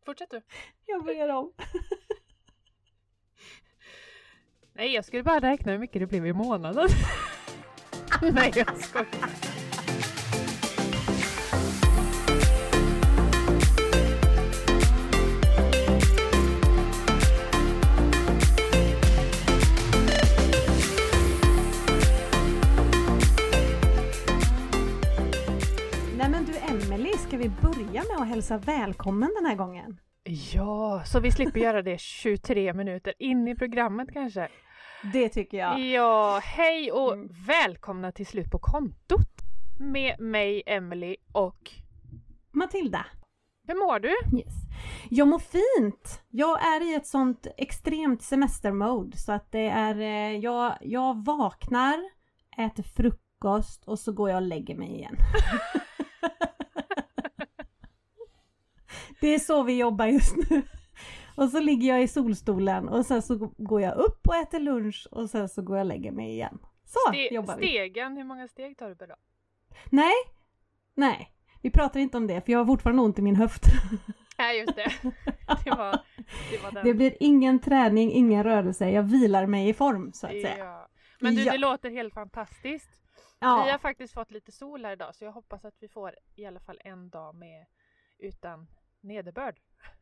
Fortsätt du. Jag börjar om. Nej, jag skulle bara räkna hur mycket det blev i månaden. Nej, jag skojar. Nej men du Emelie, ska vi börja med att hälsa välkommen den här gången? Ja, så vi slipper göra det 23 minuter in i programmet kanske. Det tycker jag. Ja, hej och välkomna till Slut på kontot. Med mig, Emelie och Matilda. Hur mår du? Yes. Jag mår fint. Jag är i ett sånt extremt semestermode så att det är, jag vaknar, äter frukost och så går jag och lägger mig igen. Det är så vi jobbar just nu. Och så ligger jag i solstolen och sen så går jag upp och äter lunch och sen så går jag och lägger mig igen. Så jobbar vi. Stegen, hur många steg tar du per dag? Nej. Vi pratar inte om det för jag har fortfarande ont i min höft. Nej, just det. Det var den. Det blir ingen träning, ingen rörelse. Jag vilar mig i form så att säga. Ja. Men du, det låter helt fantastiskt. Ja. Vi har faktiskt fått lite sol här idag så jag hoppas att vi får i alla fall en dag utan nederbörd.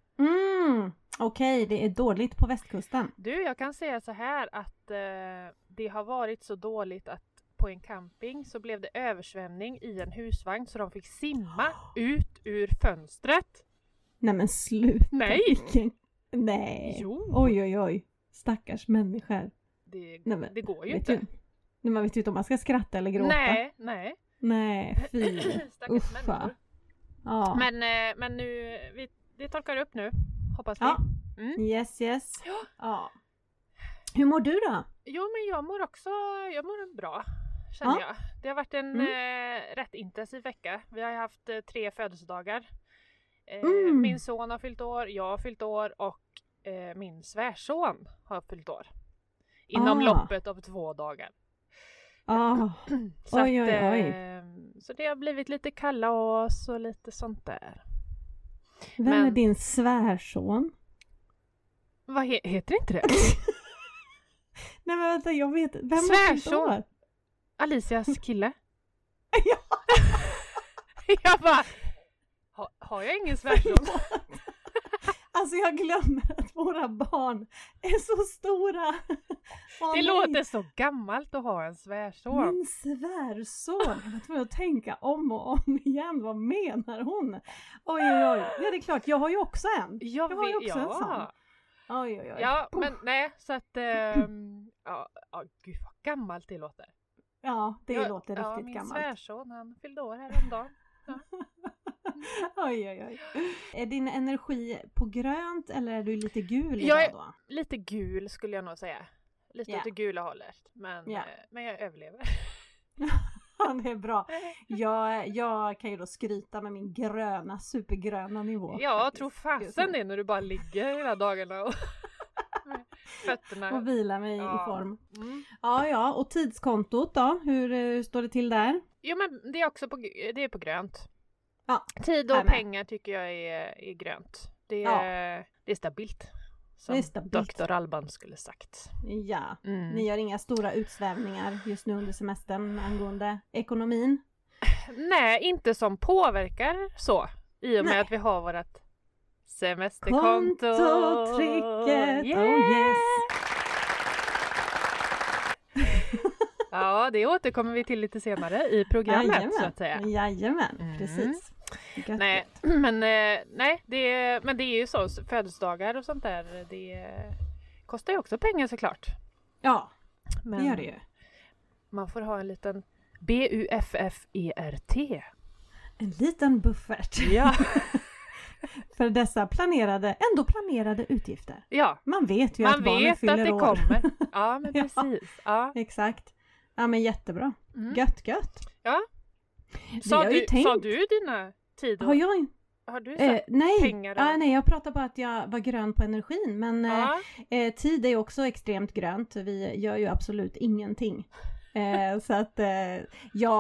Okej, det är dåligt på västkusten. Du, jag kan säga så här att det har varit så dåligt att på en camping så blev det översvämning i en husvagn så de fick simma ut ur fönstret. Nej men sluta. Nej. Nej. Jo. Oj. Stackars människor. Det går ju inte. Man vet ju inte om man ska skratta eller gråta. Nej, fy. Stackars människor. Ja. Men nu, det torkar upp nu, hoppas vi. Ja. Yes. Ja. Hur mår du då? Jo, men jag mår bra, känner jag. Det har varit en rätt intensiv vecka. Vi har haft 3 födelsedagar. Min son har fyllt år, jag har fyllt år och min svärson har fyllt år. Inom loppet av 2 dagar. Så oj. Så det har blivit lite kalas och lite sånt där. Vem är din svärson? Vad heter inte det? Nej men vänta, jag vet. Vem svärson? Alicias kille. Ja. Jag bara, har jag ingen svärson? Alltså jag glömmer att våra barn är så stora. Det låter så gammalt att ha en svärson. Min svärson. Jag var tvungen att tänka om och om igen. Vad menar hon? Oj. Ja, det är klart. Jag har ju också en. Jag har ju också en sån. Oj. Ja, men nej. Så att, gud vad gammalt det låter. Ja, det låter riktigt min gammalt. Min svärson, han fyllde år häromdagen. Ja. Oj. Är din energi på grönt eller är du lite gul jag idag då? Lite gul skulle jag nog säga. Lite åt det gula hållet. Men jag överlever. Ja, det är bra. Jag kan ju då skryta med min supergröna nivå. Ja, tror fasen det när du bara ligger hela dagarna och fötterna. Och vilar mig i form. Ja, och tidskontot då? Hur står det till där? Jo, men det är också på grönt. Ja, tid och pengar tycker jag är grönt. Det är stabilt. Som Dr. Alban skulle sagt. Ja, ni gör inga stora utsvävningar just nu under semestern angående ekonomin? Nej, inte som påverkar så. I och med att vi har vårt semesterkonto. Kontotricket, yeah! Oh yes! Ja, det återkommer vi till lite senare i programmet. Jajamän. Så att säga. Jajamän, precis. Nej, men det är ju så, födelsedagar och sånt där, det kostar ju också pengar såklart. Ja, men det gör det ju. Man får ha en liten BUFFERT. En liten buffert. Ja. För dessa planerade utgifter. Ja. Man vet ju att barnen fyller år. Man vet att det kommer. Ja, men precis. Ja. Exakt. Ja, men jättebra. Gött. Ja. Sa du dina tider? Har du sagt pengar? Nej, jag pratar bara att jag var grön på energin. Men tid är också extremt grönt. Vi gör ju absolut ingenting. Så att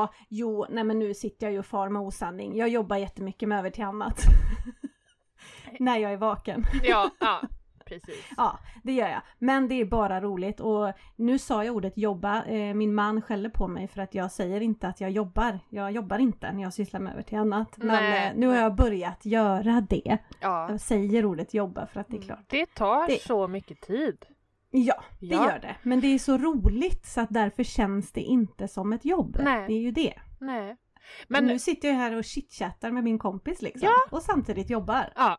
men nu sitter jag ju och far med osanning. Jag jobbar jättemycket med över till annat. när jag är vaken. Ja, precis. Ja, det gör jag. Men det är bara roligt. Och nu sa jag ordet jobba. Min man skäller på mig för att jag säger inte att jag jobbar. Jag jobbar inte när jag sysslar med över till annat. Men nu har jag börjat göra det. Ja. Jag säger ordet jobba för att det är klart. Det tar så mycket tid. Ja, det gör det. Men det är så roligt så att därför känns det inte som ett jobb. Nej. Det är ju det. Nej. Men nu sitter jag här och chitchattar med min kompis liksom. Ja. Och samtidigt jobbar. Ja.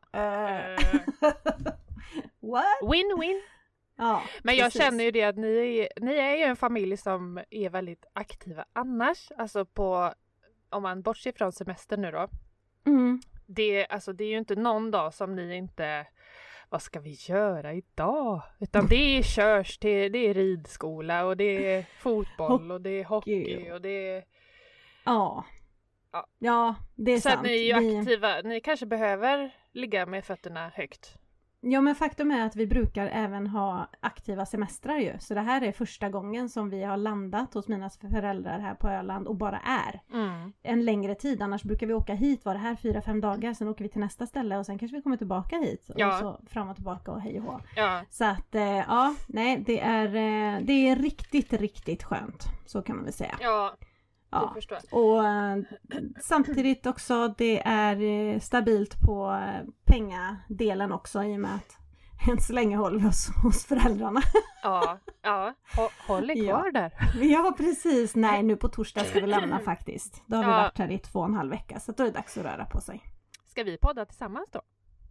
What? Win-win. Ja, men jag känner ju det att ni är ju en familj som är väldigt aktiva annars. Alltså om man bortser från semester nu då. Mm. Det är ju inte någon dag som ni inte, vad ska vi göra idag? Utan det är körs, det är ridskola och det är fotboll och det är hockey och det är... Ja, det är så sant. Så att ni är ju aktiva, ni kanske behöver ligga med fötterna högt. Ja, men faktum är att vi brukar även ha aktiva semestrar ju. Så det här är första gången som vi har landat hos mina föräldrar här på Öland och bara är en längre tid. Annars brukar vi åka hit, vara här 4-5 dagar, sen åker vi till nästa ställe och sen kanske vi kommer tillbaka hit. Och så fram och tillbaka och hej och hå. Ja. Så att det är riktigt, riktigt skönt. Så kan man väl säga. Ja. Ja, och samtidigt också det är stabilt på pengadelen också i och med att än så länge håller vi oss hos föräldrarna. Ja, håll kvar där. Ja, precis. Nej, nu på torsdag ska vi lämna faktiskt. Då har vi varit här i 2,5 veckor så då är det dags att röra på sig. Ska vi podda tillsammans då?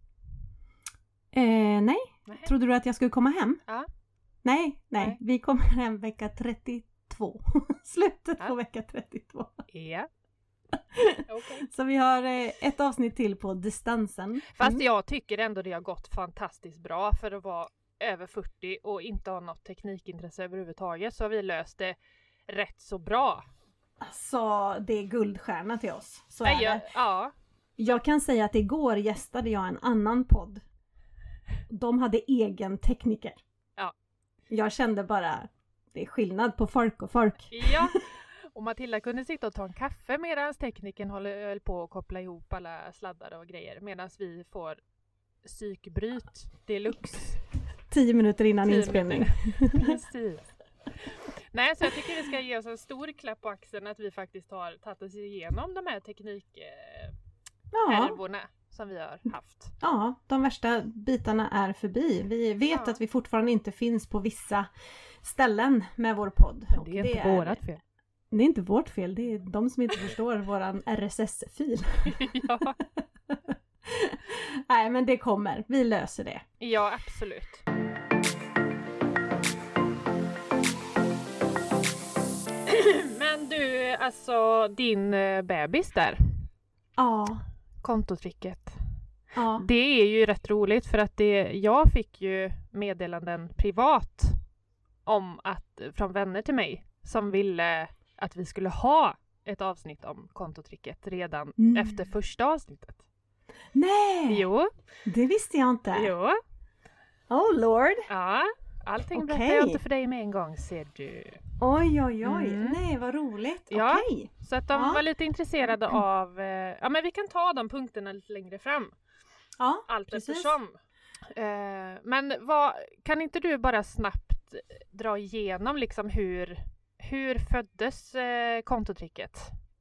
Nej. Trodde du att jag skulle komma hem? Ja. Nej. Vi kommer hem vecka 32. Slutet på vecka 32. Ja. Okay. Så vi har ett avsnitt till på distansen. Fast jag tycker ändå det har gått fantastiskt bra för att vara över 40 och inte ha något teknikintresse överhuvudtaget, så har vi löst det rätt så bra. Så det är guldstjärna till oss. Så är det. Ja. Jag kan säga att igår gästade jag en annan podd. De hade egen tekniker. Ja. Jag kände bara, det är skillnad på folk och folk. Ja, och Matilda kunde sitta och ta en kaffe medan tekniken höll på att koppla ihop alla sladdar och grejer. Medan vi får psykbryt deluxe. 10 minuter innan inspelning. Precis. Nej, så jag tycker vi ska ge oss en stor klapp på axeln att vi faktiskt har tagit oss igenom de här teknikhärvorna som vi har haft. Ja, de värsta bitarna är förbi. Vi vet att vi fortfarande inte finns på vissa ställen med vår podd. Men det är inte vårat fel. Det är inte vårt fel, det är de som inte förstår våran RSS-fil. Ja. Nej, men det kommer. Vi löser det. Ja, absolut. Men du, alltså din bebis där. Ja. Kontotricket. Ja. Det är ju rätt roligt för att jag fick ju meddelanden privat från vänner till mig som ville att vi skulle ha ett avsnitt om kontotricket redan efter första avsnittet. Nej! Jo. Det visste jag inte. Jo. Oh lord. Ja, allting berättar jag inte för dig med en gång, ser du. Oj. Nej, vad roligt. Ja, okej. Så att de var lite intresserade av... men vi kan ta de punkterna lite längre fram. Ja, allt precis. eftersom. Men kan inte du bara snabbt dra igenom liksom hur föddes kontotricket?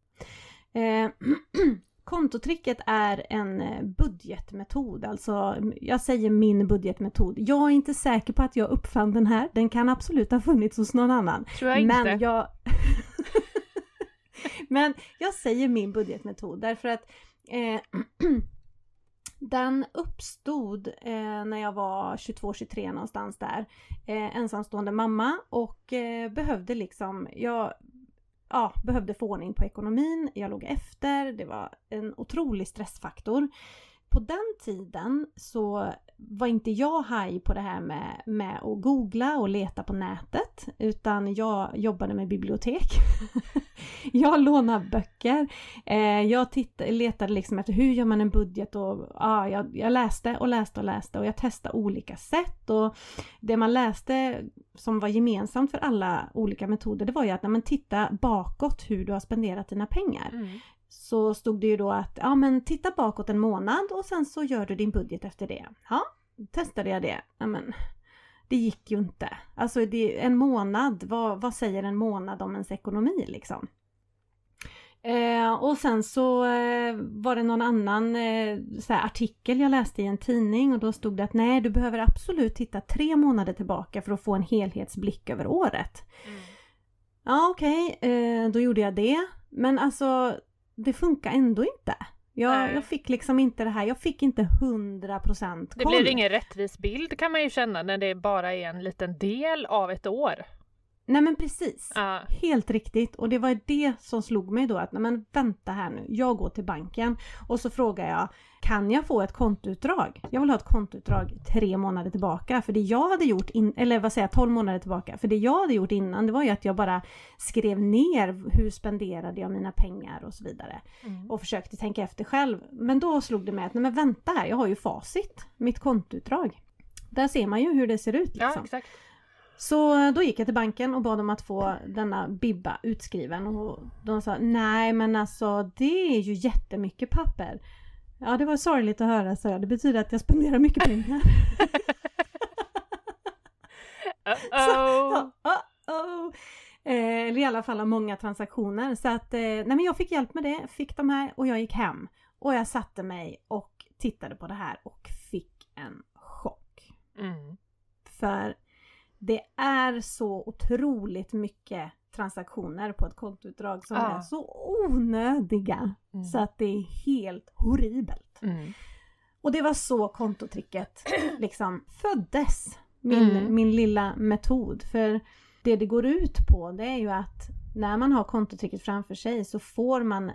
Kontotricket är en budgetmetod, alltså jag säger min budgetmetod. Jag är inte säker på att jag uppfann den här, den kan absolut ha funnits hos någon annan. Tror jag inte. Men jag säger min budgetmetod därför att den uppstod när jag var 22-23 någonstans där. Ensamstående mamma och behövde behövde få ordning på ekonomin. Jag låg efter. Det var en otrolig stressfaktor. På den tiden så var inte jag haj på det här med att googla och leta på nätet. Utan jag jobbade med bibliotek. Jag lånade böcker. Jag letade liksom efter hur gör man en budget. Och jag läste och jag testade olika sätt. Och det man läste som var gemensamt för alla olika metoder, det var ju att när man tittar bakåt hur du har spenderat dina pengar. så stod det ju då att ja men titta bakåt en månad och sen så gör du din budget efter det. Ja, testade jag det. Ja, men det gick ju inte. Alltså en månad, vad säger en månad om ens ekonomi liksom? Och sen så var det någon annan så här, artikel jag läste i en tidning och då stod det att nej, du behöver absolut titta 3 månader tillbaka för att få en helhetsblick över året. Ja okej, då gjorde jag det. Men alltså det funkar ändå inte. Jag fick liksom inte det här, jag fick inte 100% koll. Det blir ingen rättvis bild kan man ju känna när det bara är en liten del av ett år. Nej men precis, helt riktigt. Och det var det som slog mig då att nej men vänta här nu, jag går till banken och så frågar jag, kan jag få ett kontoutdrag? Jag vill ha ett kontoutdrag 3 månader tillbaka, för det jag hade gjort, 12 månader tillbaka, för det jag hade gjort innan det var ju att jag bara skrev ner hur spenderade jag mina pengar och så vidare. Och försökte tänka efter själv. Men då slog det mig att nej men vänta här, jag har ju facit, mitt kontoutdrag. Där ser man ju hur det ser ut liksom. Ja, exakt. Så då gick jag till banken och bad om att få denna bibba utskriven och de sa nej men alltså det är ju jättemycket papper. Ja det var sorgligt att höra, så det betyder att jag spenderar mycket pengar. Eller i alla fall av många transaktioner. Så att nej men jag fick hjälp med det, fick de här och jag gick hem. Och jag satte mig och tittade på det här och fick en chock. För det är så otroligt mycket transaktioner på ett kontoutdrag som är så onödiga. Så att det är helt horribelt. Och det var så kontotricket liksom föddes. Min lilla metod. För det går ut på, det är ju att när man har kontotricket framför sig så får man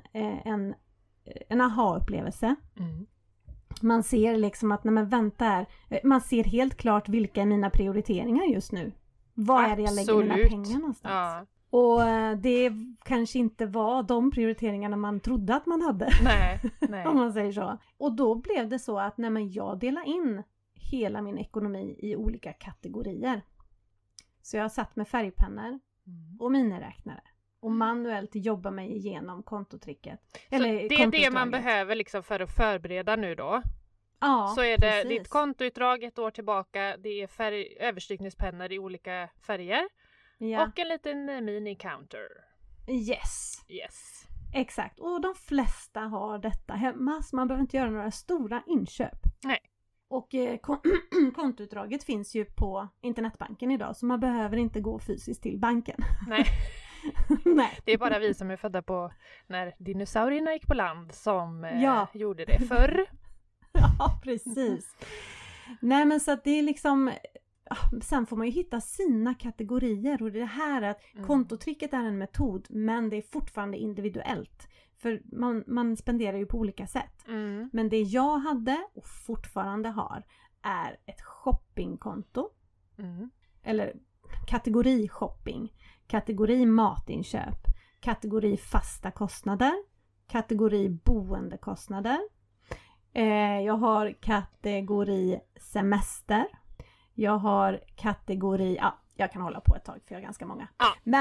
en aha-upplevelse. Man ser liksom att, nej men vänta här, man ser helt klart vilka är mina prioriteringar just nu. Vad är det jag lägger mina pengar någonstans? Ja. Och det kanske inte var de prioriteringarna man trodde att man hade. Nej. Om man säger så. Och då blev det så att nej men jag delar in hela min ekonomi i olika kategorier. Så jag har satt med färgpennor och miniräknare. Och manuellt jobba mig igenom kontotricket. Så det är det man behöver liksom för att förbereda nu då? Ja, så är det precis. Ditt kontoutdrag 1 år tillbaka. Det är överstrykningspennor i olika färger. Ja. Och en liten mini-counter. Yes. Exakt. Och de flesta har detta hemma. Så man behöver inte göra några stora inköp. Nej. Och kontoutdraget finns ju på internetbanken idag. Så man behöver inte gå fysiskt till banken. Nej. Det är bara vi som är födda på när dinosaurierna gick på land som gjorde det förr. Ja, precis. Nej men så att det är liksom, sen får man ju hitta sina kategorier och det här att kontotricket är en metod men det är fortfarande individuellt. För man spenderar ju på olika sätt. Men det jag hade och fortfarande har är ett shoppingkonto. Eller kategori shopping. Kategori matinköp, kategori fasta kostnader, kategori boendekostnader. Jag har kategori semester. Jag har kategori, jag kan hålla på ett tag för jag har ganska många.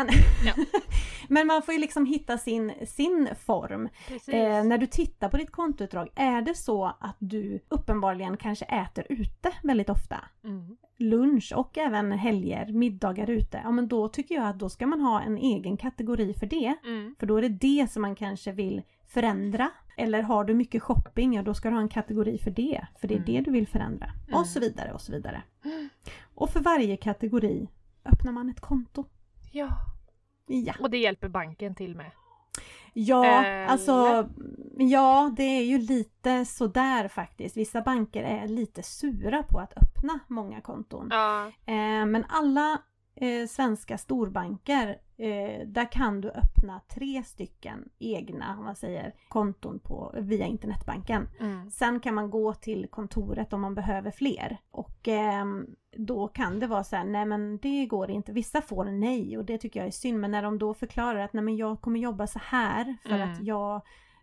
Men man får ju liksom hitta sin form. När du tittar på ditt kontoutdrag, är det så att du uppenbarligen kanske äter ute väldigt ofta? Lunch och även helger, middagar ute. Ja men då tycker jag att då ska man ha en egen kategori för det. För då är det som man kanske vill förändra. Eller har du mycket shopping, ja då ska du ha en kategori för det. För det är det du vill förändra. Och så vidare och så vidare. Och för varje kategori öppnar man ett konto. Ja. Och det hjälper banken till med. Ja, alltså det är ju lite sådär faktiskt. Vissa banker är lite sura på att öppna många konton. Men alla svenska storbanker, där kan du öppna 3 stycken egna, om man säger, konton via internetbanken. Sen kan man gå till kontoret om man behöver fler. Och då kan det vara så här, nej men det går inte. Vissa får nej och det tycker jag är synd. Men när de då förklarar att nej men jag kommer jobba så här för att jag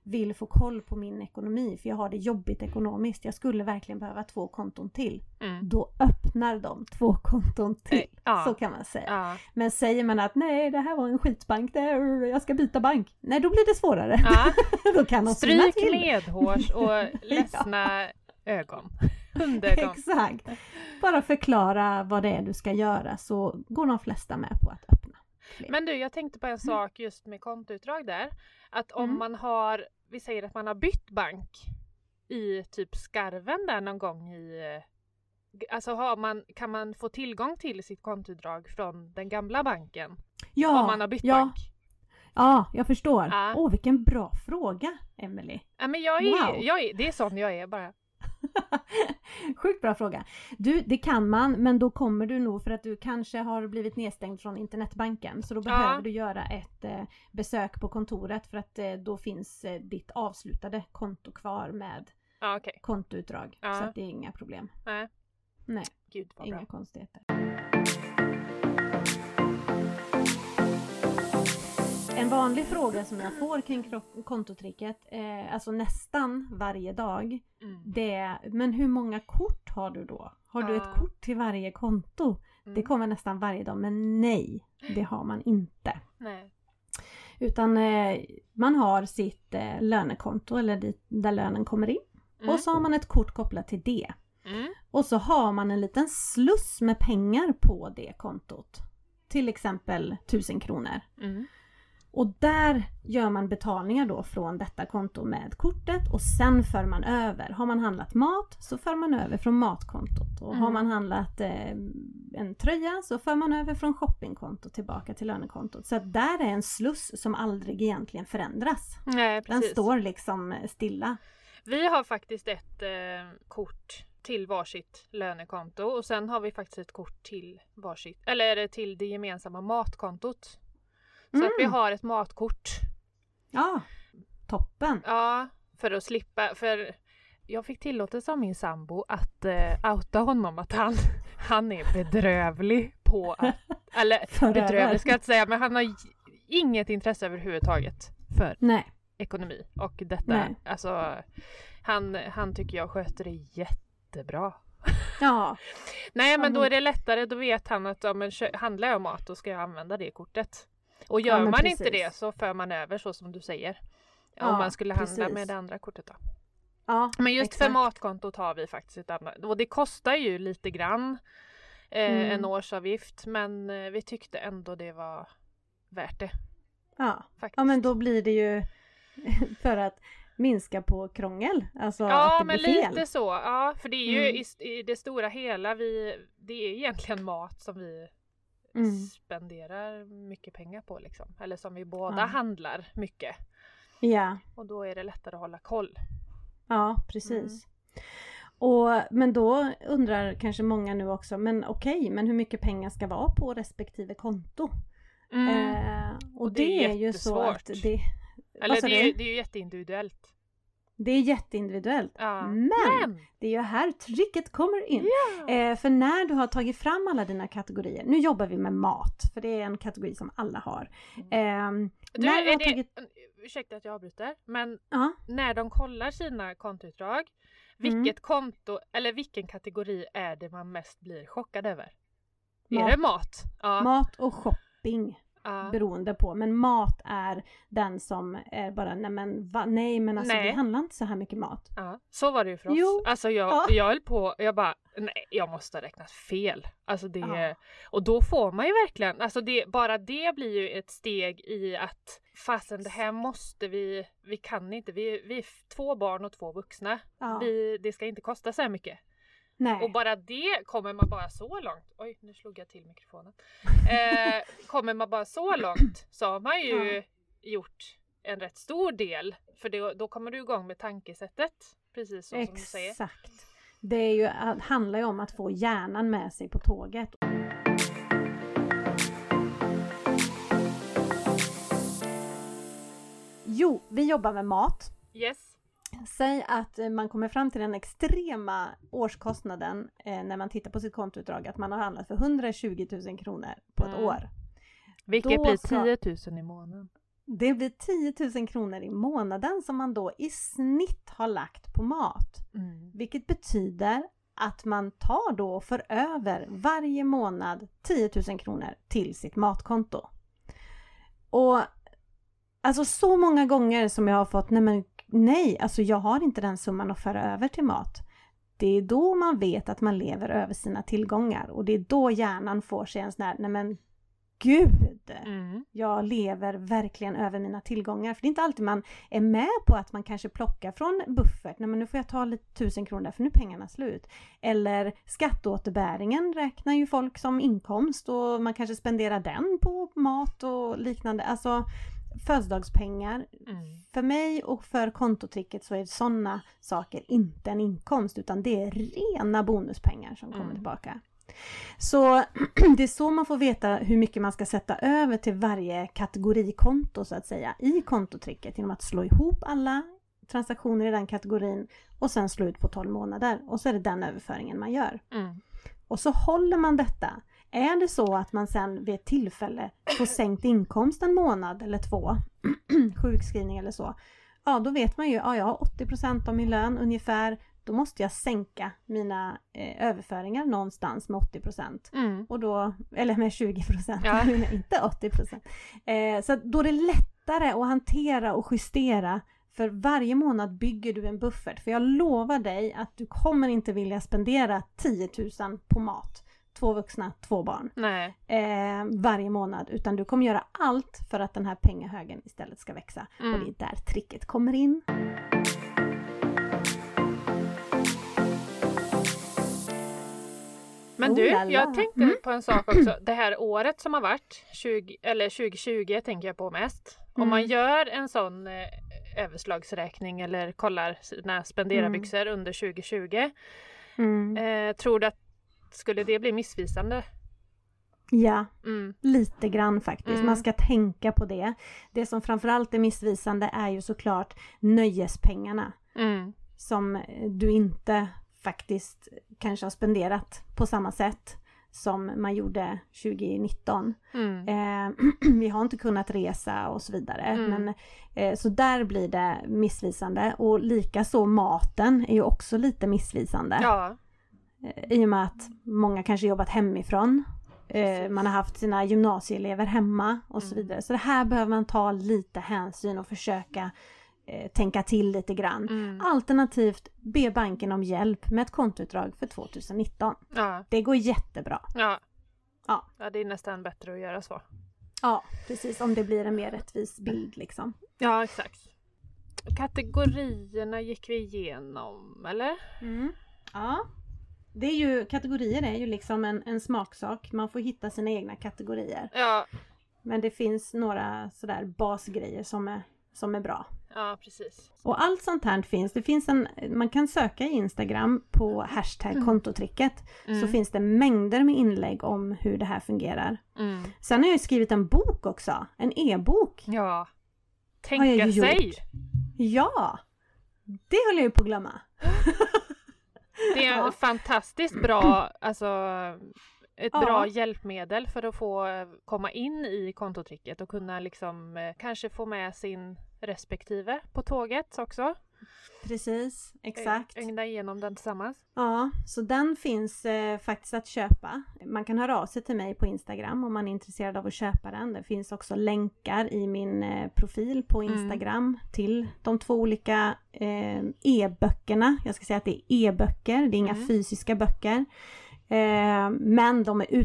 vill få koll på min ekonomi för jag har det jobbigt ekonomiskt. Jag skulle verkligen behöva 2 konton till. Då öppnar de 2 konton till. Så kan man säga. Men säger man att nej, det här var en skitbank, jag ska byta bank. Nej, då blir det svårare. Då kan de stryk medhårs och ledsna ögon. Hundögon. Exakt. Bara förklara vad det är du ska göra så går de flesta med på att öppna. Men du, jag tänkte på en sak just med kontoutdrag där. Att om man har, vi säger att man har bytt bank i typ skarven där någon gång i, alltså kan man få tillgång till sitt kontoutdrag från den gamla banken? Om man har bytt bank? Ja, jag förstår. Vilken bra fråga, Emelie. Ja, men det är sån jag är bara. Sjukt bra fråga. Du, det kan man, men då kommer du nog för att du kanske har blivit nedstängd från internetbanken. Så då behöver du göra ett besök på kontoret för att då finns ditt avslutade konto kvar med kontoutdrag. Så att det är inga problem. Nej. Gud, vad inga bra. konstigheter. En vanlig fråga som jag får kring kontotricket, alltså nästan varje dag, det är, men hur många kort har du då? Har du ett kort till varje konto? Det kommer nästan varje dag, men nej, det har man inte. Nej. Utan man har sitt lönekonto, eller där lönen kommer in. Och så har man ett kort kopplat till det. Och så har man en liten sluss med pengar på det kontot. Till exempel 1000 kronor. Och där gör man betalningar då från detta konto med kortet och sen för man över. Har man handlat mat så för man över från matkontot. Och har man handlat en tröja så för man över från shoppingkontot tillbaka till lönekontot. Så att där är en sluss som aldrig egentligen förändras. Nej, precis. Den står liksom stilla. Vi har faktiskt ett kort till varsitt lönekonto och sen har vi faktiskt ett kort till varsitt, eller till det gemensamma matkontot. Så att vi har ett matkort. Ja, toppen. Ja, för att slippa, för jag fick tillåtelse av min sambo att outa honom att han är bedrövlig på att, eller bedrövlig ska jag inte säga, men han har inget intresse överhuvudtaget för ekonomi och detta. Nej. Alltså, han tycker jag sköter det jättebra. Ja. Nej, men då är det lättare, då vet han att handlar jag mat då ska jag använda det kortet. Och gör man inte det så för man över så som du säger. Om man skulle handla med det andra kortet då. Ja, men just för matkontot har vi faktiskt ett annat. Och det kostar ju lite grann en årsavgift. Men vi tyckte ändå det var värt det. Ja, faktiskt. Ja, men då blir det ju för att minska på krångel. Alltså att det blir fel. Ja, men lite så. Ja, för det är ju i det stora hela det är egentligen mat som vi spenderar mycket pengar på liksom. Eller som vi båda handlar mycket. Ja. Och då är det lättare att hålla koll. Ja, precis. Men då undrar kanske många nu också, men okej, men hur mycket pengar ska vara på respektive konto? Och det är ju så att det... Eller det är ju jätteindividuellt. Det är jätteindividuellt. Men det är ju här tricket kommer in. För när du har tagit fram alla dina kategorier. Nu jobbar vi med mat. För det är en kategori som alla har. Ursäkta att jag avbryter. Men när de kollar sina kontoutdrag. Vilket konto eller vilken kategori är det man mest blir chockad över? Mat. Är det mat? Ja. Mat och shopping. Beroende på. Men mat är den som är bara vi handlar inte så här mycket mat. Ja, så var det ju för oss. Jo. Alltså jag höll på, jag måste ha räknat fel. Alltså och då får man ju verkligen, alltså bara det blir ju ett steg i att fasen det här måste vi kan inte, vi är 2 barn och 2 vuxna. Det ska inte kosta så här mycket. Nej. Och bara det kommer man bara så långt. Oj, nu slog jag till mikrofonen. Kommer man bara så långt så har man ju gjort en rätt stor del. För då kommer du igång med tankesättet. Precis som du säger. Exakt. Det handlar ju om att få hjärnan med sig på tåget. Jo, vi jobbar med mat. Yes. Säg att man kommer fram till den extrema årskostnaden när man tittar på sitt kontoutdrag att man har handlat för 120 000 kronor på ett år. Vilket blir 10 000 i månaden. Det blir 10 000 kronor i månaden som man då i snitt har lagt på mat. Vilket betyder att man tar då och för över varje månad 10 000 kronor till sitt matkonto. Och alltså så många gånger som jag har fått, nej, alltså jag har inte den summan att föra över till mat. Det är då man vet att man lever över sina tillgångar. Och det är då hjärnan får sig en sån här, nej men gud, jag lever verkligen över mina tillgångar. För det är inte alltid man är med på att man kanske plockar från buffert. Nej men nu får jag ta lite 1000 kronor för nu är pengarna slut. Eller skatteåterbäringen räknar ju folk som inkomst och man kanske spenderar den på mat och liknande. Alltså födelsedagspengar. För mig och för kontotricket så är sådana saker inte en inkomst utan det är rena bonuspengar som kommer tillbaka. Så det är så man får veta hur mycket man ska sätta över till varje kategorikonto så att säga i kontotricket genom att slå ihop alla transaktioner i den kategorin och sen slå ut på 12 månader och så är det den överföringen man gör. Och så håller man detta. Är det så att man sen vid ett tillfälle får sänkt inkomst en månad eller 2, sjukskrivning eller så, ja då vet man ju, ja jag har 80% av min lön ungefär, då måste jag sänka mina överföringar någonstans med 80%. Och då, eller med 20%, inte 80%. Så då är det lättare att hantera och justera. För varje månad bygger du en buffert. För jag lovar dig att du kommer inte vilja spendera 10 000 på mat. 2 vuxna, 2 barn. Nej. Varje månad. Utan du kommer göra allt för att den här pengahögen istället ska växa. Och det är där tricket kommer in. Men du, jag tänkte på en sak också. Det här året som har varit, 2020 tänker jag på mest. Om man gör en sån överslagsräkning eller kollar sina spenderarbyxor under 2020. Tror du att skulle det bli missvisande? Ja, lite grann faktiskt. Man ska tänka på det. Det som framförallt är missvisande är ju såklart nöjespengarna. Som du inte faktiskt kanske har spenderat på samma sätt som man gjorde 2019. Vi har inte kunnat resa och så vidare. Men, så där blir det missvisande. Och likaså maten är ju också lite missvisande. Ja. I och med att många kanske jobbat hemifrån. Man har haft sina gymnasieelever hemma och så vidare. Så det här behöver man ta lite hänsyn och försöka tänka till lite grann. Alternativt be banken om hjälp med ett kontoutdrag för 2019. Det går jättebra. Ja, det är nästan bättre att göra så. Ja, precis. Om det blir en mer rättvis bild liksom. Ja, exakt. Kategorierna gick vi igenom, eller? Ja. Det är ju, kategorier är ju liksom en smaksak. Man får hitta sina egna kategorier. Ja. Men det finns några sådär basgrejer som är bra. Ja, precis. Och allt sånt här finns. Det finns man kan söka i Instagram på hashtag kontotricket. Så finns det mängder med inlägg om hur det här fungerar. Sen har jag skrivit en bok också. En e-bok. Ja. Tänka sig. Ja. Det håller jag ju på att glömma. Det är fantastiskt bra, alltså ett bra hjälpmedel för att få komma in i kontotricket och kunna liksom kanske få med sin respektive på tåget också. Precis, exakt. Ägna igenom den tillsammans. Ja, så den finns faktiskt att köpa. Man kan höra av sig till mig på Instagram om man är intresserad av att köpa den. Det finns också länkar i min profil på Instagram till de 2 olika e-böckerna. Jag ska säga att det är e-böcker, det är inga fysiska böcker. Men de är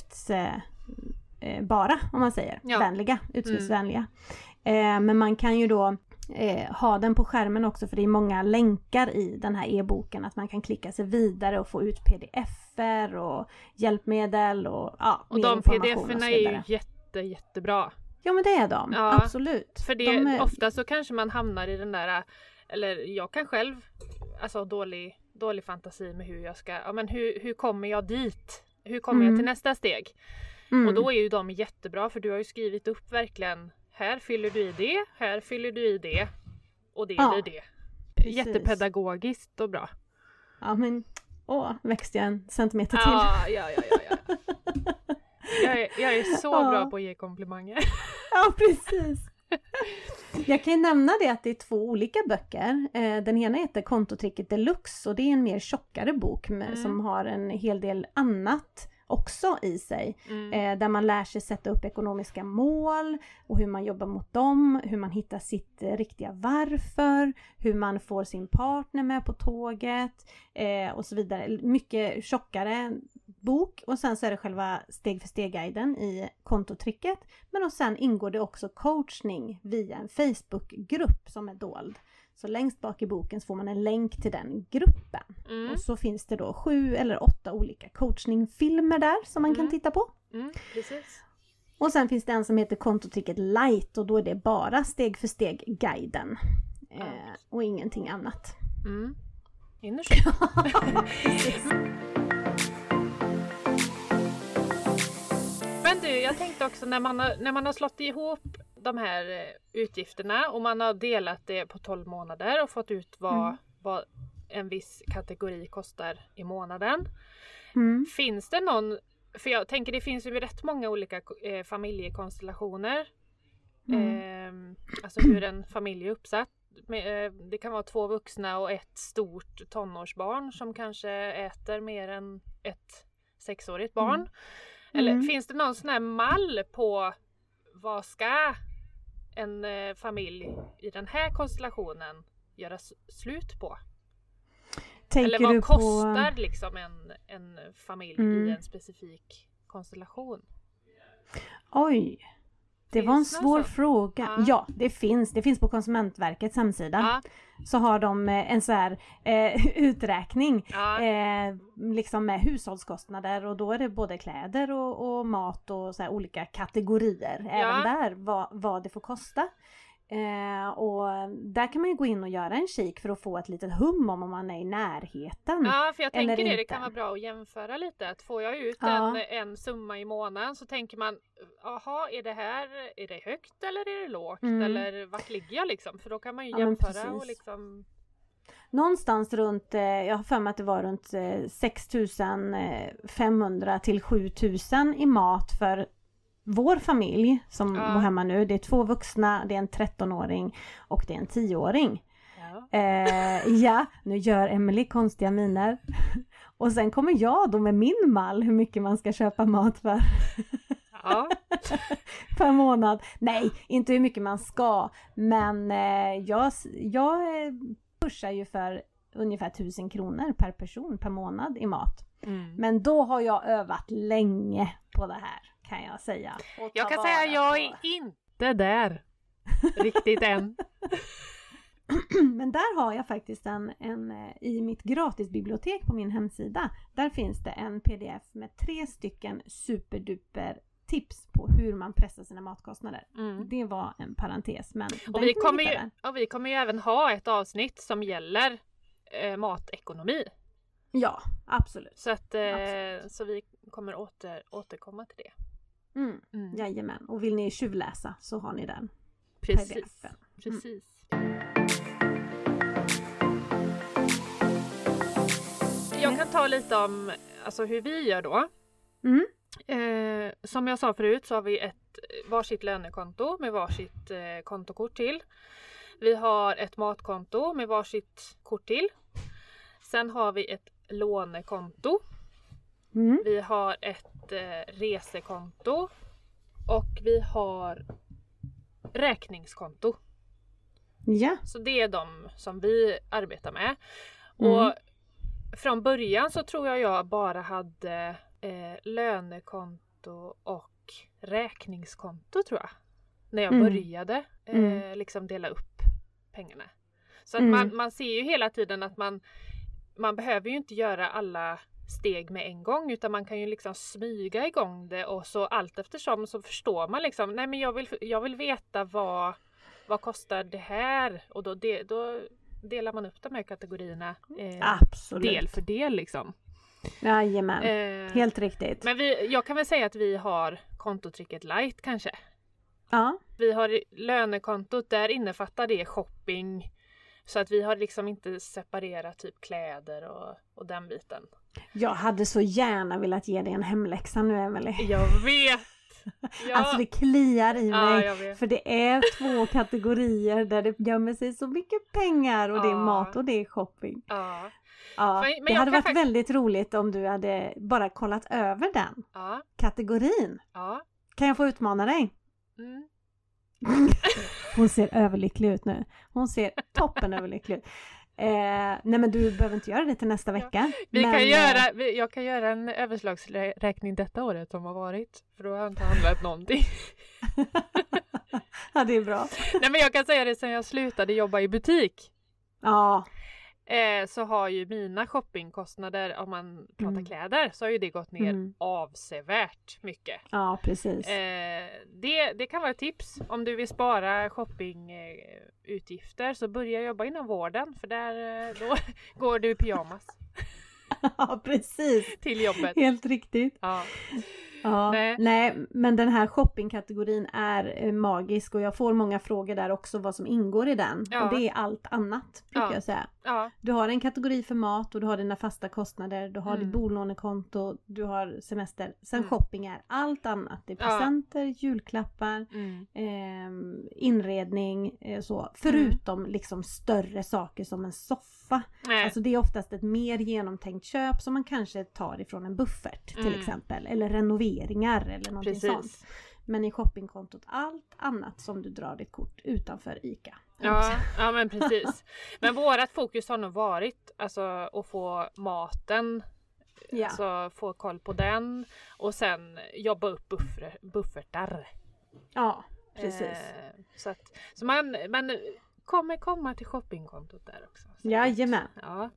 utskriftsbara om man säger. Vänliga, utskriftsvänliga. Men man kan ju då ha den på skärmen också för det är många länkar i den här e-boken att man kan klicka sig vidare och få ut pdf-er och hjälpmedel och och de pdf-erna är ju jättebra. Ja men det är de, absolut. För det ofta så kanske man hamnar i den där, eller jag kan själv, alltså dålig fantasi med hur jag ska, men hur kommer jag dit? Hur kommer jag till nästa steg? Och då är ju de jättebra för du har ju skrivit upp verkligen. Här fyller du i det, här fyller du i det och det blir det. Precis. Jättepedagogiskt och bra. Ja men, växte jag en centimeter till. Ja. Jag är så bra på att ge komplimanger. Ja precis. Jag kan ju nämna det att det är 2 olika böcker. Den ena heter Kontotricket Deluxe och det är en mer tjockare bok som har en hel del annat också i sig. Där man lär sig sätta upp ekonomiska mål och hur man jobbar mot dem, hur man hittar sitt riktiga varför, hur man får sin partner med på tåget och så vidare. Mycket tjockare bok och sen så är det själva steg för steg-guiden i kontotricket. Men och sen ingår det också coachning via en Facebookgrupp som är dold. Så längst bak i boken så får man en länk till den gruppen. Och så finns det då 7 eller 8 olika coachningfilmer där som man kan titta på. Precis. Och sen finns det en som heter Kontotricket Light och då är det bara steg för steg-guiden. Och ingenting annat. Men du, jag tänkte också när man har slått ihop de här utgifterna och man har delat det på 12 månader och fått ut vad en viss kategori kostar i månaden. Finns det någon, för jag tänker det finns ju rätt många olika familjekonstellationer. Alltså hur en familj är uppsatt. Det kan vara 2 vuxna och ett stort tonårsbarn som kanske äter mer än ett 6-årigt barn. Eller finns det någon sån här mall på vad ska en familj i den här konstellationen göra slut på? Eller vad kostar liksom en familj i en specifik konstellation? Oj, det var en svår fråga. Ja, det finns på Konsumentverkets hemsida. Så har de en så här uträkning liksom med hushållskostnader och då är det både kläder och mat och så här olika kategorier. Även där vad det får kosta. Och där kan man ju gå in och göra en kik för att få ett litet hum om man är i närheten. Ja, för jag tänker det kan vara bra att jämföra lite. Att får jag ut en summa i månaden så tänker man, jaha, är det högt eller är det lågt? Eller vart ligger jag liksom? För då kan man ju jämföra och liksom... Någonstans runt, jag har för mig att det var runt 6 500 till 7 000 i mat för vår familj som bor hemma nu. Det är 2 vuxna, det är en 13-åring och det är en 10-åring. Nu gör Emily konstiga miner. Och sen kommer jag då med min mall hur mycket man ska köpa mat för. Per månad. Nej, inte hur mycket man ska. Men jag pushar ju för ungefär 1000 kronor per person per månad i mat. Men då har jag övat länge på det här, kan jag säga. Jag kan säga att jag är inte där riktigt än. Men där har jag faktiskt en i mitt gratisbibliotek på min hemsida. Där finns det en pdf med 3 stycken superduper tips på hur man pressar sina matkostnader. Det var en parentes. Men och vi kommer ju även ha ett avsnitt som gäller matekonomi. Ja, absolut. Så så vi kommer återkomma till det. Jajamän. Och vill ni tjuvläsa så har ni den. Precis. Jag kan ta lite om hur vi gör då. Som jag sa förut så har vi ett varsitt lönekonto med varsitt kontokort till. Vi har ett matkonto med varsitt kort till. Sen har vi ett lånekonto. Vi har ett resekonto. Och vi har räkningskonto. Ja. Så det är de som vi arbetar med. Och från början så tror jag bara hade lönekonto och räkningskonto tror jag. När jag började liksom dela upp pengarna. Så att man ser ju hela tiden att man behöver ju inte göra alla steg med en gång utan man kan ju liksom smyga igång det och så allt eftersom så förstår man liksom, nej men jag vill veta vad kostar det här och då delar man upp de här kategorierna del för del liksom. Jajamän, helt riktigt. Men jag kan väl säga att vi har kontotricket light kanske. Ja. Vi har lönekontot, där innefattar det shopping. Så att vi har liksom inte separerat typ kläder och den biten. Jag hade så gärna velat ge dig en hemläxa nu, Emily. Jag vet! Ja. Alltså det kliar i mig. Jag vet. För det är 2 kategorier där det gömmer sig så mycket pengar. Och det är mat och det är shopping. Ja. Ja, Men det jag hade kan varit väldigt roligt om du hade bara kollat över den kategorin. Ja. Kan jag få utmana dig? Mm. Hon ser överlycklig ut nu. Hon ser toppen överlycklig ut. Nej men du behöver inte göra det till nästa vecka. Jag kan göra en överslagsräkning detta året som har varit. För då har jag inte handlat någonting. Ja, det är bra. Nej, men jag kan säga det sen jag slutade jobba i butik. Ja. Så har ju mina shoppingkostnader, om man pratar kläder, så har ju det gått ner avsevärt mycket. Ja, precis. Det kan vara ett tips. Om du vill spara shoppingutgifter så börja jobba inom vården. För där då går du i pyjamas. Ja, precis. Till jobbet. Helt riktigt. Ja. Ja, nej, men den här shoppingkategorin är magisk och jag får många frågor där också vad som ingår i den. Ja. Och det är allt annat, brukar jag säga. Ja. Du har en kategori för mat och du har dina fasta kostnader, du har ditt bolånekonto, du har semester. Sen shopping är allt annat. Det är presenter, julklappar, inredning, så. Förutom liksom större saker som en soffa. Alltså det är oftast ett mer genomtänkt köp som man kanske tar ifrån en buffert till exempel. Eller renoveringar eller någonting sånt. Men i shoppingkontot allt annat som du drar ditt kort utanför ICA. Ja men precis. Men vårat fokus har nog varit alltså, att få maten, alltså få koll på den och sen jobba upp buffertar. Ja, precis. Så man kommer komma till shoppingkontot där också. Jajamän. Ja.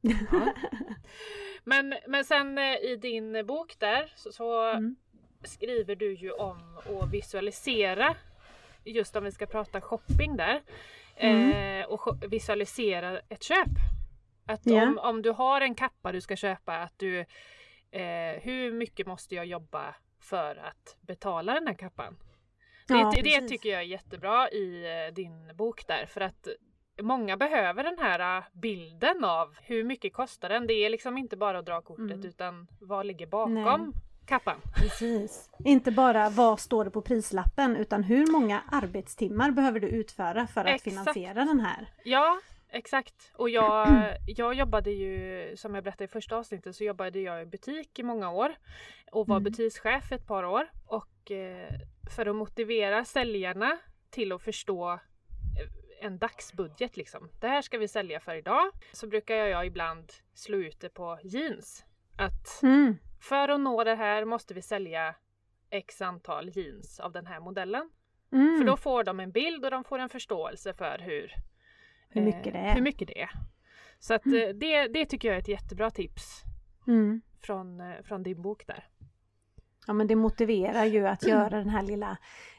Men sen i din bok där så skriver du ju om att visualisera, just om vi ska prata shopping där, och visualisera ett köp. Att om du har en kappa du ska köpa, att du hur mycket måste jag jobba för att betala den här kappan? Det tycker jag är jättebra i din bok där, för att många behöver den här bilden av hur mycket kostar den. Det är liksom inte bara att dra kortet utan vad ligger bakom kappan. Precis. Inte bara vad står det på prislappen utan hur många arbetstimmar behöver du utföra för att finansiera den här. Ja, exakt. Och jag jobbade ju, som jag berättade i första avsnittet, så jobbade jag i butik i många år och var butikschef ett par år. Och för att motivera säljarna till att förstå en dagsbudget liksom. Det här ska vi sälja för idag. Så brukar jag ibland slå ut det på jeans. Att för att nå det här måste vi sälja x antal jeans av den här modellen. För då får de en bild och de får en förståelse för hur mycket det är. Så att det tycker jag är ett jättebra tips från din bok där. Ja, men det motiverar ju att göra den här lilla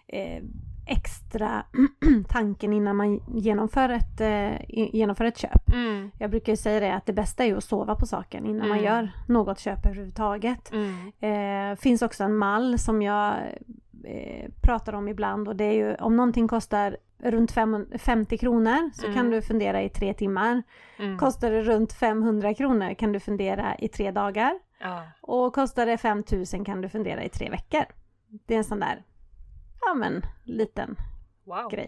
extra tanken innan man genomför ett köp. Jag brukar ju säga det att det bästa är att sova på saken innan man gör något köp överhuvudtaget. Finns också en mall som jag pratar om ibland, och det är ju om någonting kostar runt 50 kronor så kan du fundera i 3 timmar. Kostar det runt 500 kronor kan du fundera i 3 dagar. Och kostar det 5000 kan du fundera i 3 veckor. Det är en sån där liten grej.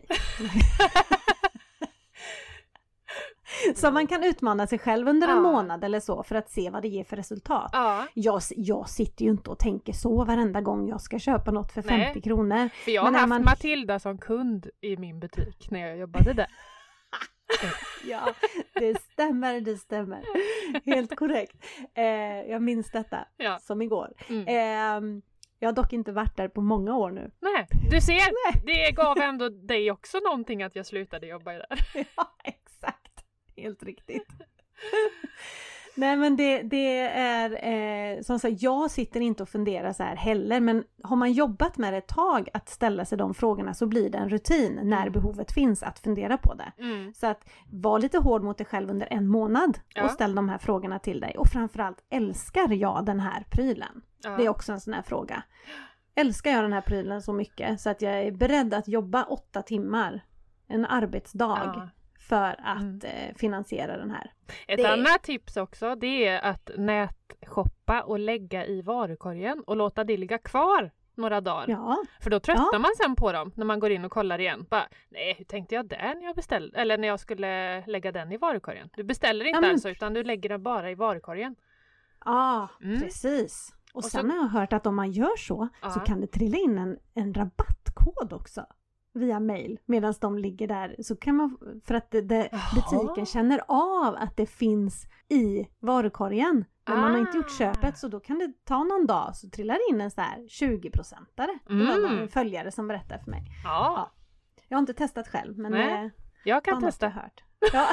Så man kan utmana sig själv under en månad eller så för att se vad det ger för resultat. Jag sitter ju inte och tänker så varenda gång jag ska köpa något för 50 kronor. För jag har haft Matilda som kund i min butik när jag jobbade där. Ja, det stämmer. Helt korrekt. Jag minns detta som igår. Jag har dock inte varit där på många år nu. Nej, du ser, det gav ändå dig också någonting att jag slutade jobba där. Ja, exakt. Helt riktigt. Nej, men det är som sagt, jag sitter inte och funderar så här heller, men har man jobbat med det ett tag att ställa sig de frågorna så blir det en rutin när behovet finns att fundera på det. Så att var lite hård mot dig själv under en månad och ställ de här frågorna till dig. Och framförallt, älskar jag den här prylen? Det är också en sån här fråga. Älskar jag den här prylen så mycket så att jag är beredd att jobba 8 timmar en arbetsdag för att finansiera den här. Ett annat tips också, det är att nätshoppa och lägga i varukorgen och låta det ligga kvar några dagar. Ja. För då tröttar man sen på dem när man går in och kollar igen. Bara, nej, hur tänkte jag där när jag beställde? Eller när jag skulle lägga den i varukorgen. Du beställer inte alltså, utan du lägger den bara i varukorgen. Ja, precis. Och sen har jag hört att om man gör så kan det trilla in en rabattkod också via mail. Medan de ligger där så kan man, för att butiken känner av att det finns i varukorgen. Men man har inte gjort köpet, så då kan det ta någon dag så trillar in en så här 20%-are. Det var någon följare som berättade för mig. Ja. Jag har inte testat själv, men jag kan testa. Hört. Ja.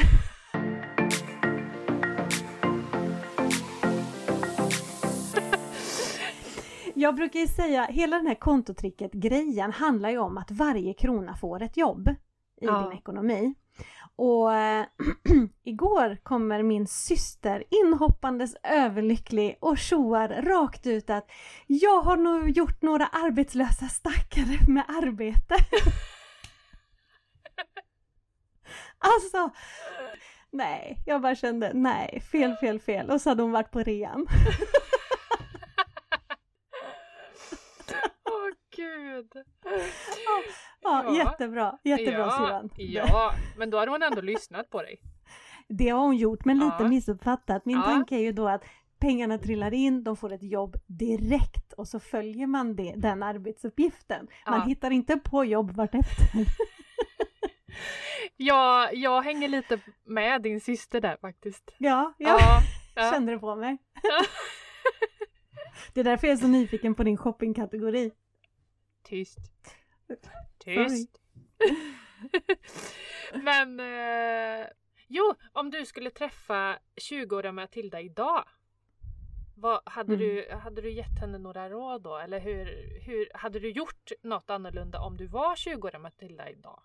Jag brukar ju säga, hela den här kontotricket-grejen handlar ju om att varje krona får ett jobb i din ekonomi. Och igår kommer min syster inhoppandes överlycklig och tjoar rakt ut att jag har nog gjort några arbetslösa stackare med arbete. Alltså, nej, jag bara kände, nej, fel. Och så hade hon varit på rean. Gud. Ja, jättebra syrran. Ja, men då har hon ändå lyssnat på dig. Det har hon gjort, men lite missuppfattat. Min tanke är ju då att pengarna trillar in, de får ett jobb direkt och så följer man den arbetsuppgiften. Man hittar inte på jobb vartefter. Ja, jag hänger lite med din syster där faktiskt. Ja. Kände det på mig. Det är därför jag är så nyfiken på din shoppingkategori. Tyst. Men om du skulle träffa 20-åriga Matilda idag, hade du gett henne några råd då? Eller hur hade du gjort något annorlunda om du var 20-åriga Matilda idag?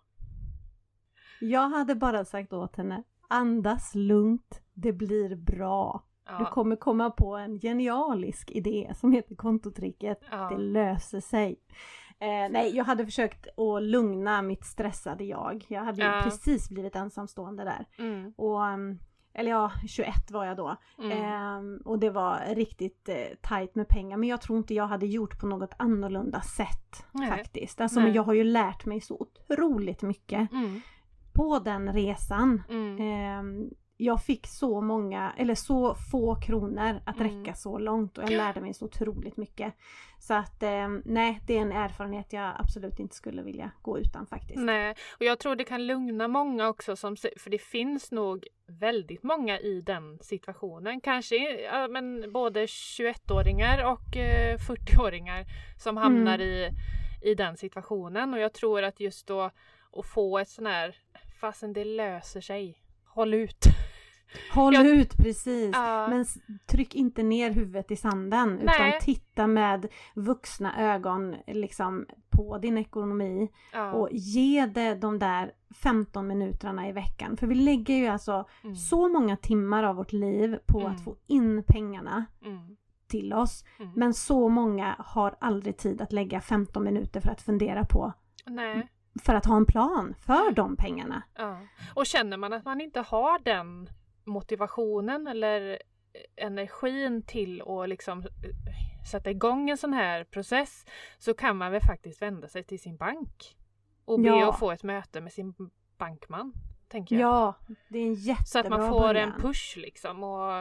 Jag hade bara sagt åt henne, andas lugnt, det blir bra. Du kommer komma på en genialisk idé som heter kontotricket. Det löser sig. Nej, jag hade försökt att lugna mitt stressade jag. Jag hade ju precis blivit ensamstående där. Och, 21 var jag då. Och det var riktigt tajt med pengar. Men jag tror inte jag hade gjort på något annorlunda sätt faktiskt. Alltså, men jag har ju lärt mig så otroligt mycket på den resan. Jag fick så få kronor att räcka så långt och jag lärde mig så otroligt mycket. Så att nej, det är en erfarenhet jag absolut inte skulle vilja gå utan faktiskt. Nej, och jag tror det kan lugna många också, för det finns nog väldigt många i den situationen. Kanske både 21-åringar och 40-åringar som hamnar i den situationen. Och jag tror att just då att få ett sån här, fastän det löser sig. Håll ut. Håll ut, precis. Men tryck inte ner huvudet i sanden. Utan titta med vuxna ögon liksom, på din ekonomi. Och ge det de där 15 minuterna i veckan. För vi lägger ju alltså så många timmar av vårt liv på att få in pengarna till oss. Men så många har aldrig tid att lägga 15 minuter för att fundera på. Nej. För att ha en plan för de pengarna. Och känner man att man inte har den motivationen eller energin till att liksom sätta igång en sån här process, så kan man väl faktiskt vända sig till sin bank och be att få ett möte med sin bankman, tänker jag. Ja, det är en jättebra så att man får en push liksom, och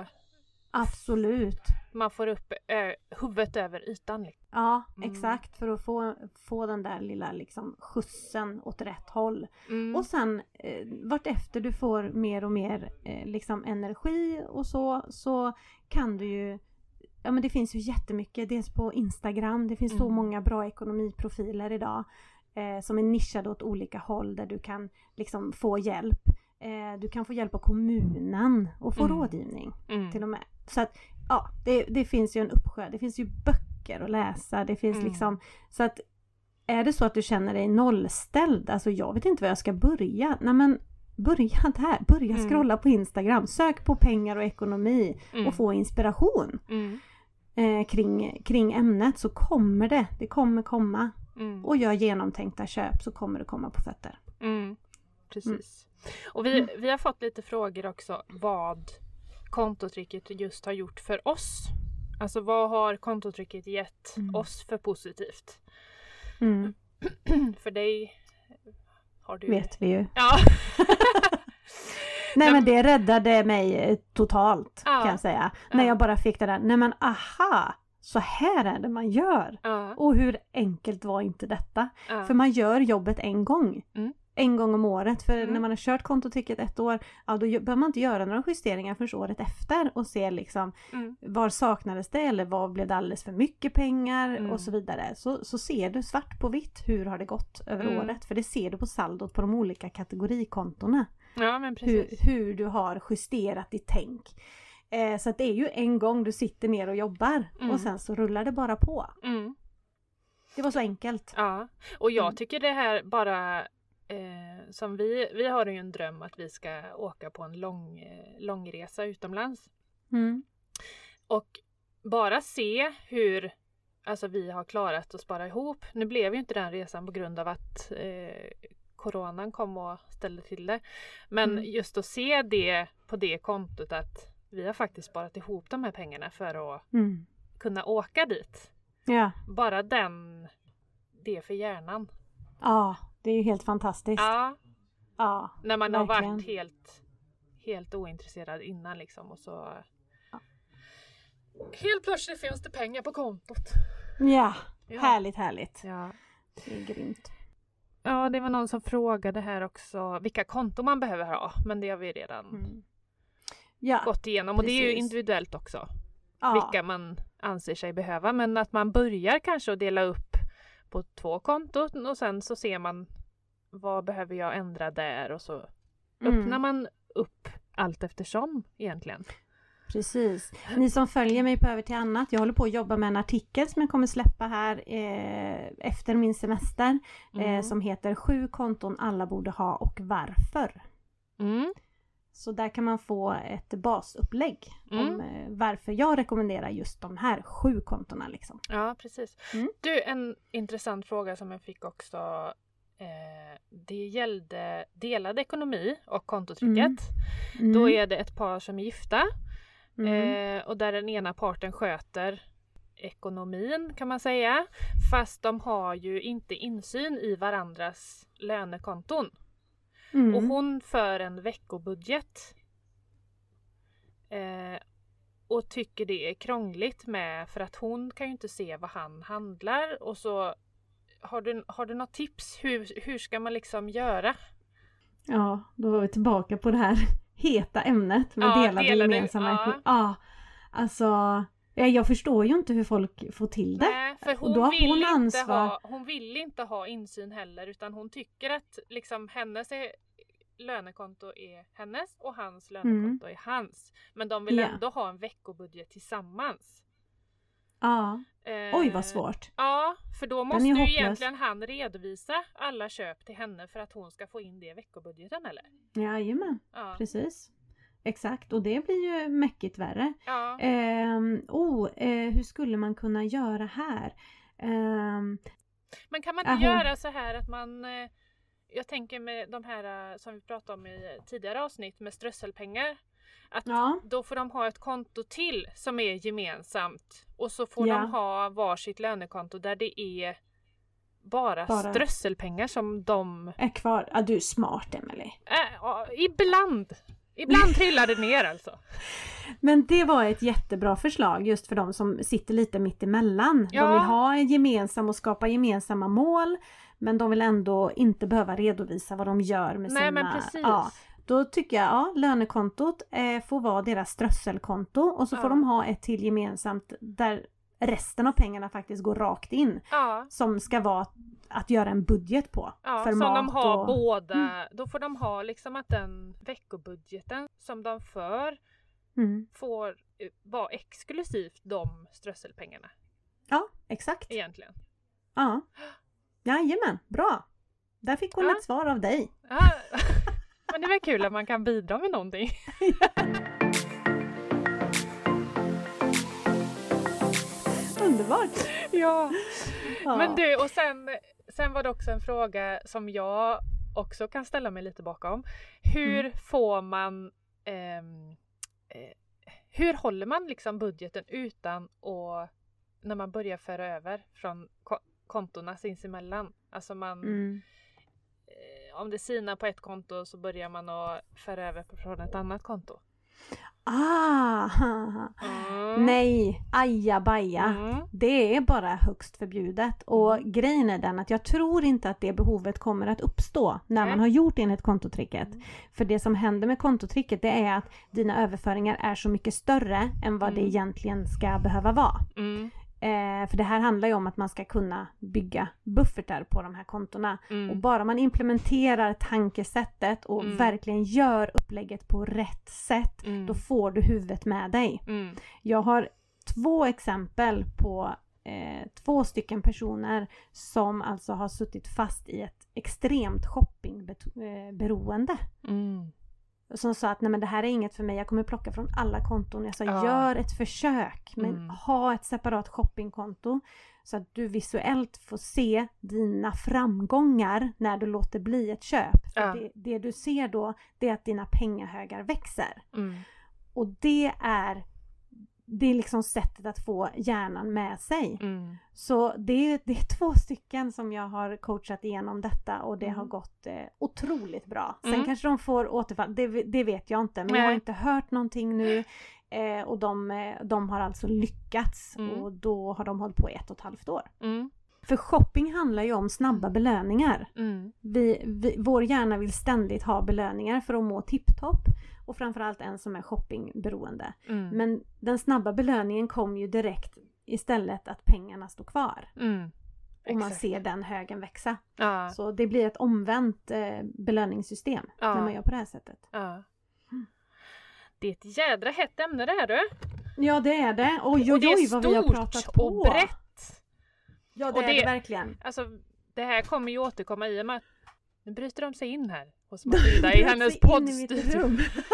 absolut. Man får upp huvudet över ytan. Liksom. Ja, exakt. För att få den där lilla liksom, skjutsen åt rätt håll. Och sen vartefter du får mer och mer liksom, energi och så kan du ju, ja men det finns ju jättemycket. Dels på Instagram, det finns så många bra ekonomiprofiler idag som är nischade åt olika håll där du kan liksom få hjälp. Du kan få hjälp av kommunen och få rådgivning till och med. Så att det finns ju en uppsjö. Det finns ju böcker att läsa. Det finns liksom, så att är det så att du känner dig nollställd, alltså jag vet inte var jag ska börja. Nej men börja där. Börja scrolla på Instagram. Sök på pengar och ekonomi och få inspiration kring ämnet, så kommer det kommer komma. Och gör genomtänkta köp så kommer det komma på fötter. Precis. Och vi har fått lite frågor också vad kontotricket just har gjort för oss. Alltså vad har kontotrycket gett oss för positivt? För dig har du... Vet vi ju. Ja. Nej men det räddade mig totalt kan jag säga. När jag bara fick det där, nej men aha, så här är det man gör. Och hur enkelt var inte detta? För man gör jobbet en gång. En gång om året. För när man har kört kontotrycket ett år, då behöver man inte göra några justeringar förrän året efter. Och se liksom, var saknades det eller vad blev det alldeles för mycket pengar och så vidare. Så ser du svart på vitt hur har det gått över året. För det ser du på saldot på de olika kategorikontorna. Ja, men precis. Hur du har justerat ditt tänk. Så att det är ju en gång du sitter ner och jobbar. Och sen så rullar det bara på. Det var så enkelt. Ja, och jag tycker det här bara... som vi har ju en dröm att vi ska åka på en långresa utomlands. Och bara se hur alltså vi har klarat att spara ihop. Nu blev ju inte den resan på grund av att coronan kom och ställde till det. Men just att se det på det kontot att vi har faktiskt sparat ihop de här pengarna för att kunna åka dit. Ja. Bara det för hjärnan. Ja, det är ju helt fantastiskt. Ja, när man verkligen har varit helt ointresserad innan liksom. Och så helt plötsligt finns det pengar på kontot. Ja. Härligt. Ja. Det är grymt. Ja, det var någon som frågade här också vilka konton man behöver ha. Men det har vi redan gått igenom. Och precis. det är ju individuellt också. Vilka man anser sig behöva. Men att man börjar kanske att dela upp på 2 konton. Och sen så ser man vad behöver jag ändra där. Och så öppnar man upp allt eftersom egentligen. Precis. Ni som följer mig på Över till annat. Jag håller på att jobba med en artikel som jag kommer släppa här efter min semester. Som heter 7 konton alla borde ha och varför. Så där kan man få ett basupplägg om varför jag rekommenderar just de här 7 kontona. Liksom. Ja, precis. Du, en intressant fråga som jag fick också. Det gällde delad ekonomi och kontotrycket. Då är det ett par som är gifta. Och där den ena parten sköter ekonomin kan man säga. Fast de har ju inte insyn i varandras lönekonton. Och hon för en veckobudget. Och tycker det är krångligt med för att hon kan ju inte se vad han handlar. Och så har du något tips? Hur ska man liksom göra? Ja, då var vi tillbaka på det här heta ämnet med delade gemensamma ekonomi. Ja, alltså jag förstår ju inte hur folk får till det. Nej, för hon vill inte ha insyn heller utan hon tycker att liksom hennes lönekonto är hennes och hans lönekonto är hans. Men de vill ändå ha en veckobudget tillsammans. Ja. Oj vad svårt. Ja, för då måste ju egentligen han redovisa alla köp till henne för att hon ska få in det i veckobudgeten eller? Jajamän, precis. Exakt, och det blir ju mäckigt värre. Ja. Hur skulle man kunna göra här? Men kan man inte göra så här att man... Jag tänker med de här som vi pratade om i tidigare avsnitt med strösselpengar. Att då får de ha ett konto till som är gemensamt. Och så får de ha varsitt lönekonto där det är bara strösselpengar som de... är kvar. Ja, du är smart, Emily. Ibland trillar det ner alltså. Men det var ett jättebra förslag just för de som sitter lite mitt emellan. Ja. De vill ha en gemensam och skapa gemensamma mål. Men de vill ändå inte behöva redovisa vad de gör med sina... Men precis. Ja, då tycker jag lönekontot får vara deras strösselkonto. Och så får de ha ett till gemensamt där resten av pengarna faktiskt går rakt in. Ja. Som ska vara att göra en budget på. För som mat de har och... båda. Då får de ha liksom att den veckobudgeten som de får vara exklusivt de strösselpengarna. Ja, exakt. Egentligen. Ja. Jajamän, bra. Där fick hon ett svar av dig. Ja. Men det är väl kul att man kan bidra med någonting. Underbart. Ja. Men du, och sen var det också en fråga som jag också kan ställa mig lite bakom. Hur får man hur håller man liksom budgeten utan att, när man börjar föra över från kontona sinsemellan? Alltså man, om det sinar på ett konto så börjar man att föra över från ett annat konto. Nej, ajabaja. Det är bara högst förbjudet. Och grejen är den att jag tror inte att det behovet kommer att uppstå när man har gjort enligt kontotricket. För det som händer med kontotricket, det är att dina överföringar är så mycket större än vad det egentligen ska behöva vara. För det här handlar ju om att man ska kunna bygga buffertar på de här kontona. Och bara man implementerar tankesättet och verkligen gör upplägget på rätt sätt, då får du huvudet med dig. Jag har 2 exempel på 2 stycken personer som alltså har suttit fast i ett extremt shoppingberoende. Som sa att nej, men det här är inget för mig, jag kommer plocka från alla konton. Jag sa gör ett försök, men ha ett separat shoppingkonto så att du visuellt får se dina framgångar när du låter bli ett köp. För det du ser då, det är att dina pengahögar växer. Och det är liksom sättet att få hjärnan med sig. Så det är 2 stycken som jag har coachat igenom detta och det har gått otroligt bra. Sen kanske de får återfall, det vet jag inte. Men jag har inte hört någonting nu och de har alltså lyckats och då har de hållit på 1,5 år. För shopping handlar ju om snabba belöningar. Vår hjärna vill ständigt ha belöningar för att må tipptopp. Och framförallt en som är shoppingberoende. Men den snabba belöningen kommer ju direkt istället att pengarna står kvar. Och man ser den högen växa. Så det blir ett omvänt belöningssystem när man gör på det här sättet. Det är ett jädra hett ämne det här, du. Ja, det är det. Oj, vad vi har pratat på. Och brett. Ja, det är det verkligen. Alltså, det här kommer ju återkomma i och med att nu bryter de sig in här hos Matilda i hennes poddstudio.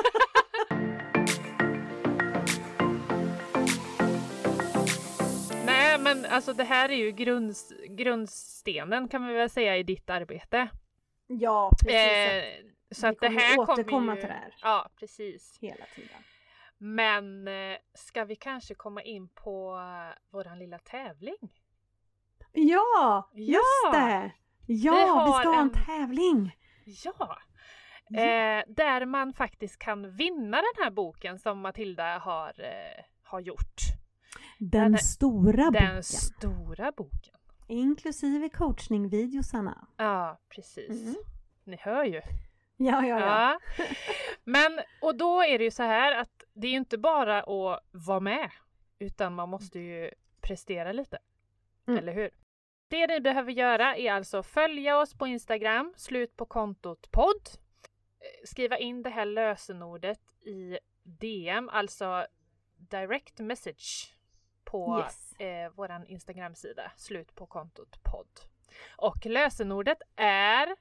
Nej, men alltså det här är ju grundstenen kan vi väl säga i ditt arbete. Ja, precis. Så att det här återkomma till det här. Ja, precis. Hela tiden. Men ska vi kanske komma in på våran lilla tävling? Ja, just det! Ja, vi ska ha en tävling. Ja, där man faktiskt kan vinna den här boken som Matilda har gjort. Den stora boken. Den stora boken. Inklusive coachningvideosarna. Ja, precis. Ni hör ju. Ja. Men, och då är det ju så här att det är ju inte bara att vara med, utan man måste ju prestera lite. Eller hur? Det ni behöver göra är alltså följa oss på Instagram, slut på kontot podd. Skriva in det här lösenordet i DM, alltså direct message på våran Instagram-sida, slut på kontot podd. Och lösenordet är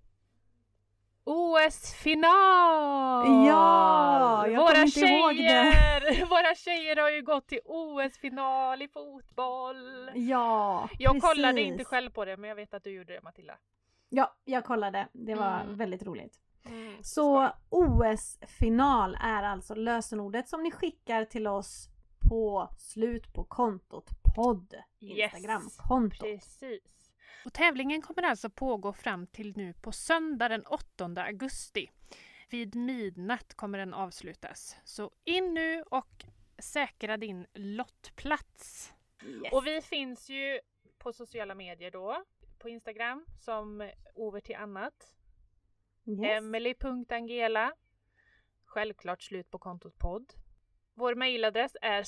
OS-final! Ja, jag kommer inte ihåg det. Våra tjejer har ju gått till OS-final i fotboll. Ja, jag kollade inte själv på det, men jag vet att du gjorde det, Matilda. Ja, jag kollade. Det var väldigt roligt. Så OS-final är alltså lösenordet som ni skickar till oss på slut på kontot podd. Instagram-kontot. Precis. Och tävlingen kommer alltså pågå fram till nu på söndag den 8 augusti. Vid midnatt kommer den avslutas. Så in nu och säkra din lottplats. Yes. Och vi finns ju på sociala medier då. På Instagram som Over till annat. Yes. Emily.angela. Självklart slut på kontot podd. Vår mejladress är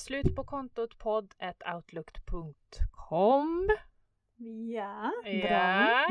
slutpåkontotpodd@outlook.com. Ja, bra.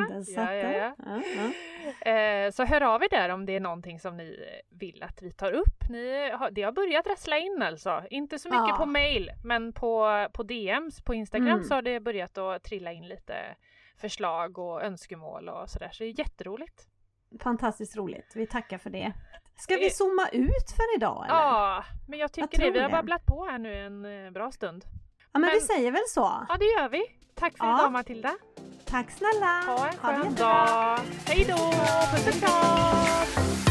Så hör av er där om det är någonting som ni vill att vi tar upp. Det har börjat rassla in alltså. Inte så mycket på mail, men på DMs på Instagram så har det börjat att trilla in lite förslag och önskemål och sådär. Så det är jätteroligt. Fantastiskt roligt. Vi tackar för det. Ska vi zooma ut för idag? Eller? Ja, men jag tycker det. Vi har babblat på här nu en bra stund. Ja, men vi säger väl så. Ja, det gör vi. Tack för idag, Matilda. Tack snälla. Ha en skön dag. Hej då. Puss och kram.